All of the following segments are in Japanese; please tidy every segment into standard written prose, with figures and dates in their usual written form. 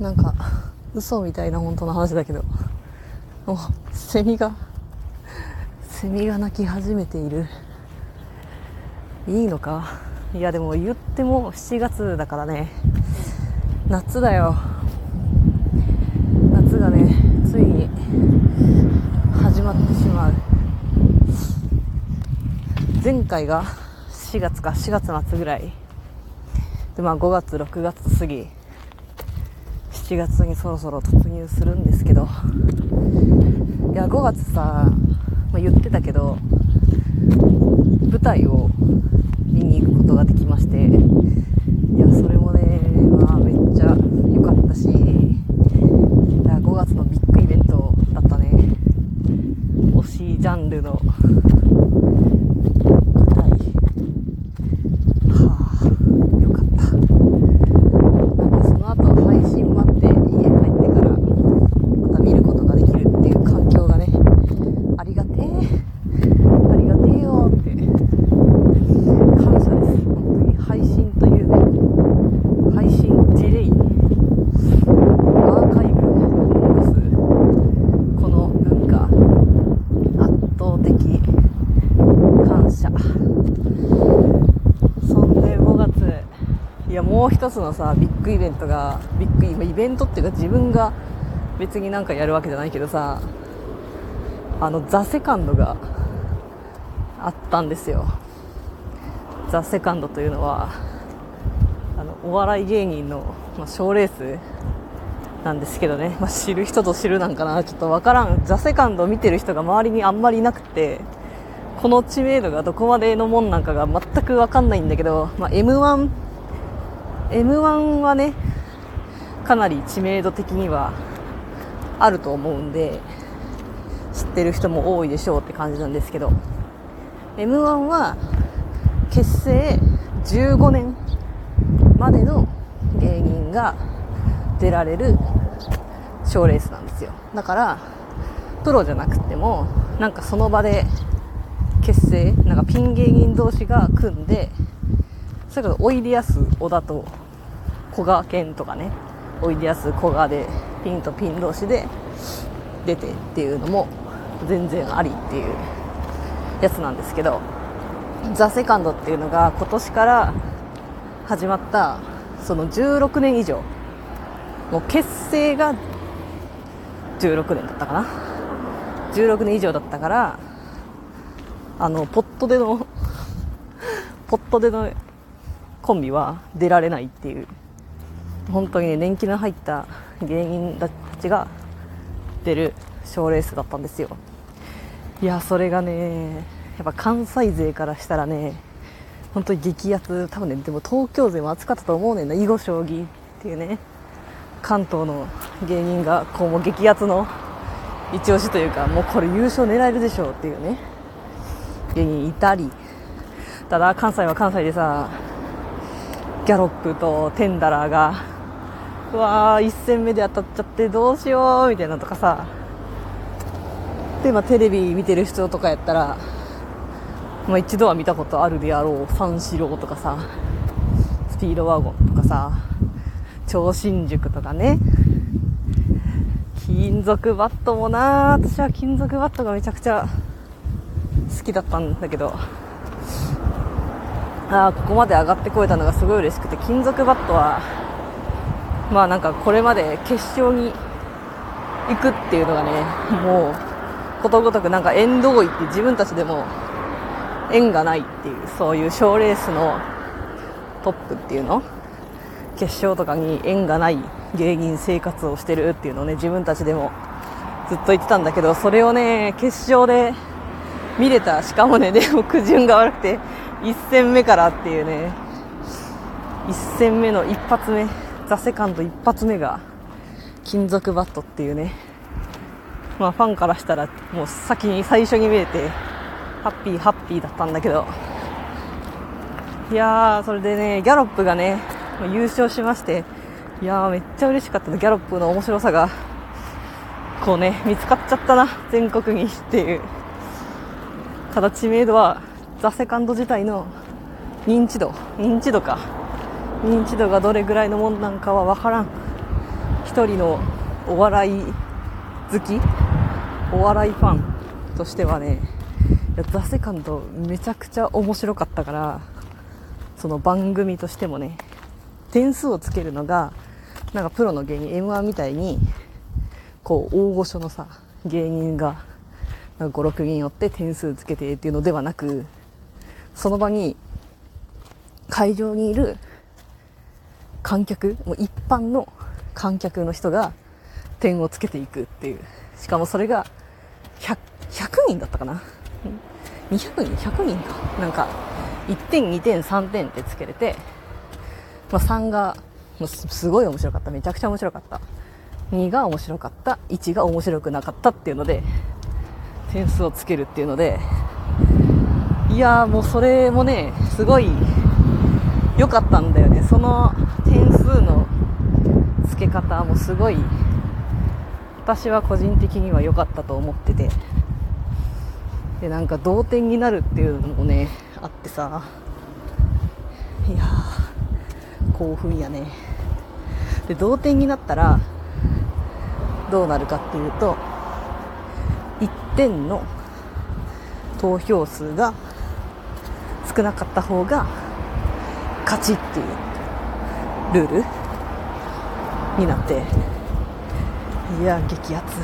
なんか嘘みたいな本当の話だけど、もうセミが鳴き始めている。いいのか。いやでも言っても7月だからね、夏だよ。夏がねついに始まってしまう。前回が4月末ぐらいで、5月6月過ぎ7月にそろそろ突入するんですけど、いや5月さ、言ってたけど舞台を見に行くことができまして、いやそれもね、めっちゃ良かったし、いや5月のビッグイベントだったね。推しジャンルの舞台、良かった。なんかその後配信待って家帰ってからまた見ることができるっていう環境がね、ありがてえよって感謝です。本当に配信というね、配信ディレイアーカイブを残すこの文化、圧倒的感謝。そんで5月、いやもう一つのさビッグイベントが、イベントっていうか自分が別になんかやるわけじゃないけどさ、ザ・セカンドがあったんですよ。ザ・セカンドというのはお笑い芸人の賞レースなんですけどね、知る人ぞ知るなんかな、ちょっとわからん。ザ・セカンドを見てる人が周りにあんまりいなくて、この知名度がどこまでのもんなんかが全くわかんないんだけど、M1 はねかなり知名度的にはあると思うんで知ってる人も多いでしょうって感じなんですけど、 M1 は結成15年までの芸人が出られる賞レースなんですよ。だからプロじゃなくてもなんかその場で結成、なんかピン芸人同士が組んで、それこそおいでやす小田とこがけんとかね、おいでやすこがでピンとピン同士で出てっていうのも全然ありっていうやつなんですけど、ザ・セカンドっていうのが今年から始まった、その16年以上、もう結成が16年だったかな、16年以上だったから、ポットでのコンビは出られないっていう、本当にね年季の入った芸人たちが出る賞レースだったんですよ。いやそれがねやっぱ関西勢からしたらね本当に激アツ。多分ね、でも東京勢も熱かったと思うねんな。囲碁将棋っていうね関東の芸人がこうもう激アツの一押しというか、もうこれ優勝狙えるでしょうっていうね芸人いたり、ただ関西は関西でさ、ギャロップとテンダラーがうわー1戦目で当たっちゃってどうしようみたいなとかさ、でテレビ見てる人とかやったら、一度は見たことあるであろう三四郎とかさ、スピードワゴンとかさ、超新塾とかね、金属バットもな、私は金属バットがめちゃくちゃ好きだったんだけど、ここまで上がってこれたのがすごい嬉しくて、金属バットはなんかこれまで決勝に行くっていうのがね、もうことごとくなんか縁遠いって自分たちでも縁がないっていう、そういう賞レースのトップっていうの、決勝とかに縁がない芸人生活をしてるっていうのをね自分たちでもずっと言ってたんだけど、それをね決勝で見れた。しかもねでも苦順が悪くて1戦目からっていうね、1戦目の一発目、ザ・セカンド一発目が金属バットっていうね、ファンからしたらもう最初に見れてハッピーだったんだけど、いやーそれでねギャロップがね優勝しまして、いやーめっちゃ嬉しかったの。ギャロップの面白さがこうね見つかっちゃったな全国にっていう。ただ知名度はザ・セカンド自体の認知度がどれぐらいのもんなんかは分からん。 一人のお笑い好き、お笑いファンとしてはね、ザ・セカンドめちゃくちゃ面白かったから、その番組としてもね、点数をつけるのがなんかプロの芸人 M1 みたいにこう大御所のさ芸人がなんか5、6人寄って点数つけてっていうのではなく、その場に会場にいる観客、もう一般の観客の人が点をつけていくっていう、しかもそれが 100人だったかな、200人100人かなんか1点2点3点ってつけれて、3がもうすごい面白かった、めちゃくちゃ面白かった、2が面白かった、1が面白くなかったっていうので点数をつけるっていうので、いやーもうそれもねすごい良かったんだよね。その点数のつけ方もすごい私は個人的には良かったと思ってて、でなんか同点になるっていうのもねあってさ、いやー興奮やね。で同点になったらどうなるかっていうと、1点の投票数が少なかった方が勝ちっていうルールになって、いや激アツ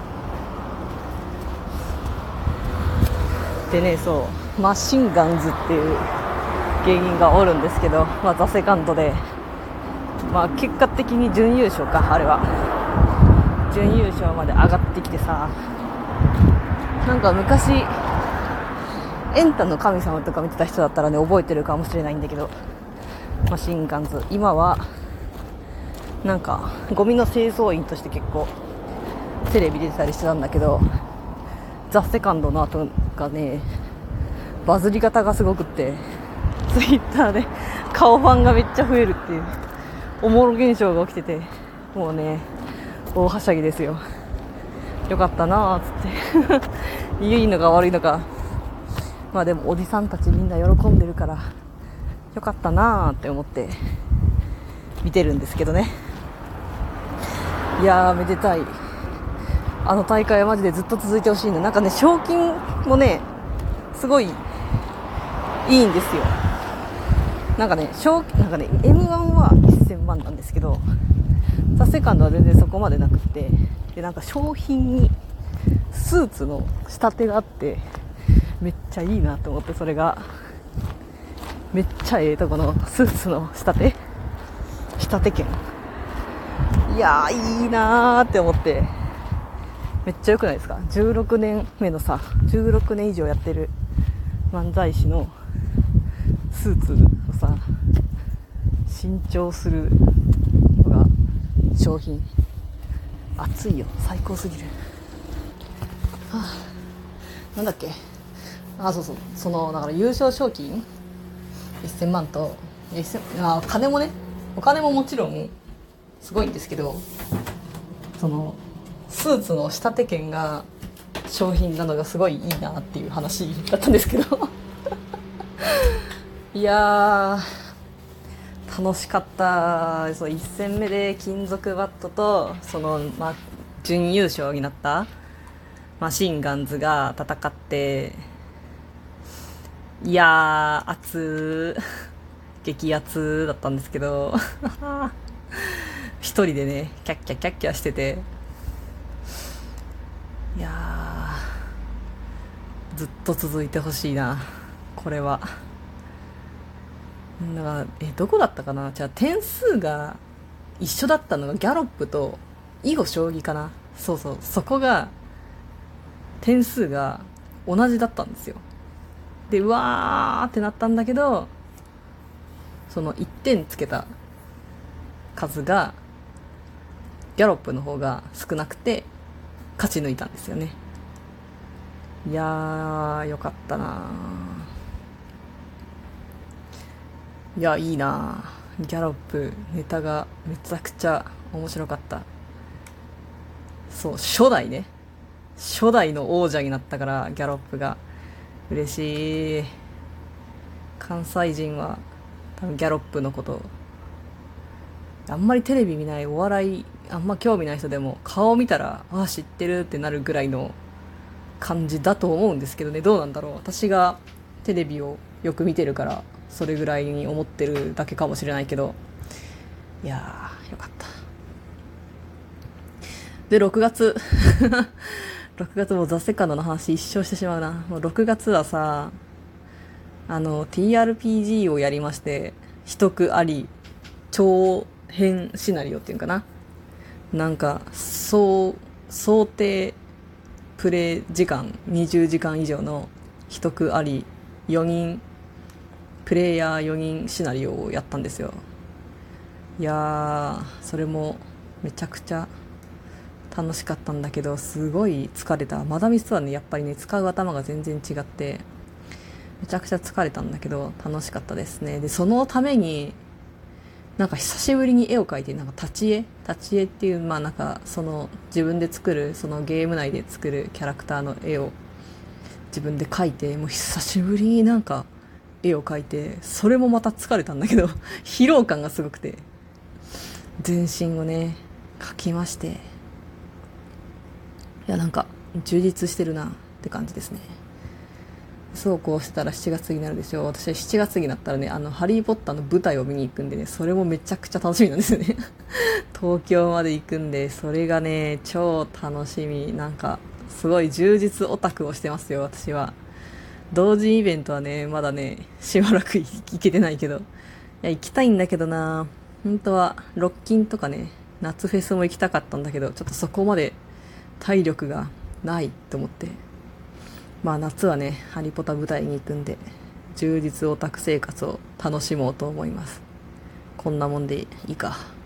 でね、そうマシンガンズっていう芸人がおるんですけど、ザ・セカンドで、結果的に準優勝か、あれは準優勝まで上がってきてさ、なんか昔エンタの神様とか見てた人だったらね覚えてるかもしれないんだけど、マシンガンズ今はなんかゴミの清掃員として結構テレビ出てたりしてたんだけど、ザ・セカンドの後がねバズり方がすごくって、ツイッターで顔ファンがめっちゃ増えるっていうおもろ現象が起きてて、もうね大はしゃぎですよ。よかったなーっつっていいのか悪いのか、でもおじさんたちみんな喜んでるからよかったなーって思って見てるんですけどね。いやーめでたい、あの大会はマジでずっと続いてほしいね。なんかね賞金もねすごいいいんですよ。なんかね M1 は1000万なんですけど、ザ・セカンドは全然そこまでなくて、でなんか商品にスーツの仕立てがあってめっちゃいいなと思って、それがめっちゃええとこのスーツの仕立て券、いやーいいなーって思って、めっちゃ良くないですか。16年目のさ、16年以上やってる漫才師のスーツをさ新調するのが商品、熱いよ、最高すぎる。なんだっけ、そうそのだから優勝賞金1000万と金もね、お金ももちろんすごいんですけど、そのスーツの仕立て券が商品なのがすごいいいなっていう話だったんですけどいやー楽しかった。そう1戦目で金属バットとその、準優勝になったマシンガンズが戦って、いやー激アツだったんですけど一人でねキャッキャキャッキャしてて、いやーずっと続いてほしいなこれは。だからどこだったかな、じゃあ点数が一緒だったのがギャロップと囲碁将棋かな、そこが点数が同じだったんですよ。でうわーってなったんだけど、その1点つけた数がギャロップの方が少なくて勝ち抜いたんですよね。いやーよかったな。いやいいな、ギャロップネタがめちゃくちゃ面白かった。そう初代の王者になったからギャロップが嬉しい。関西人は多分ギャロップのことあんまりテレビ見ないお笑いあんま興味ない人でも顔見たらあ知ってるってなるぐらいの感じだと思うんですけどね。どうなんだろう。私がテレビをよく見てるからそれぐらいに思ってるだけかもしれないけど、いやーよかった。で6月6月もザ・セカンドの話一生してしまうな。もう6月はさ、TRPG をやりまして、秘匿あり長編シナリオっていうかな、なんか想定プレイ時間20時間以上の秘匿あり4人プレイヤー4人シナリオをやったんですよ。いやーそれもめちゃくちゃ楽しかったんだけど、すごい疲れた。マダミスとはねやっぱりね使う頭が全然違ってめちゃくちゃ疲れたんだけど楽しかったですね。でそのためになんか久しぶりに絵を描いて、なんか立ち絵っていう、まあなんかその自分で作る、そのゲーム内で作るキャラクターの絵を自分で描いて、もう久しぶりになんか絵を描いて、それもまた疲れたんだけど疲労感がすごくて全身をね描きまして、いやなんか充実してるなって感じですね。そうこうしてたら7月になるでしょう。私は7月になったらね、ハリーポッターの舞台を見に行くんでね、それもめちゃくちゃ楽しみなんですよね東京まで行くんで、それがね、超楽しみ。なんか、すごい充実オタクをしてますよ、私は。同時イベントはね、まだね、しばらく行けてないけど。いや、行きたいんだけどな、本当は、ロッキンとかね、夏フェスも行きたかったんだけど、ちょっとそこまで体力がないと思って。まあ夏はねハリポタ舞台に行くんで充実オタク生活を楽しもうと思います。こんなもんでいいか。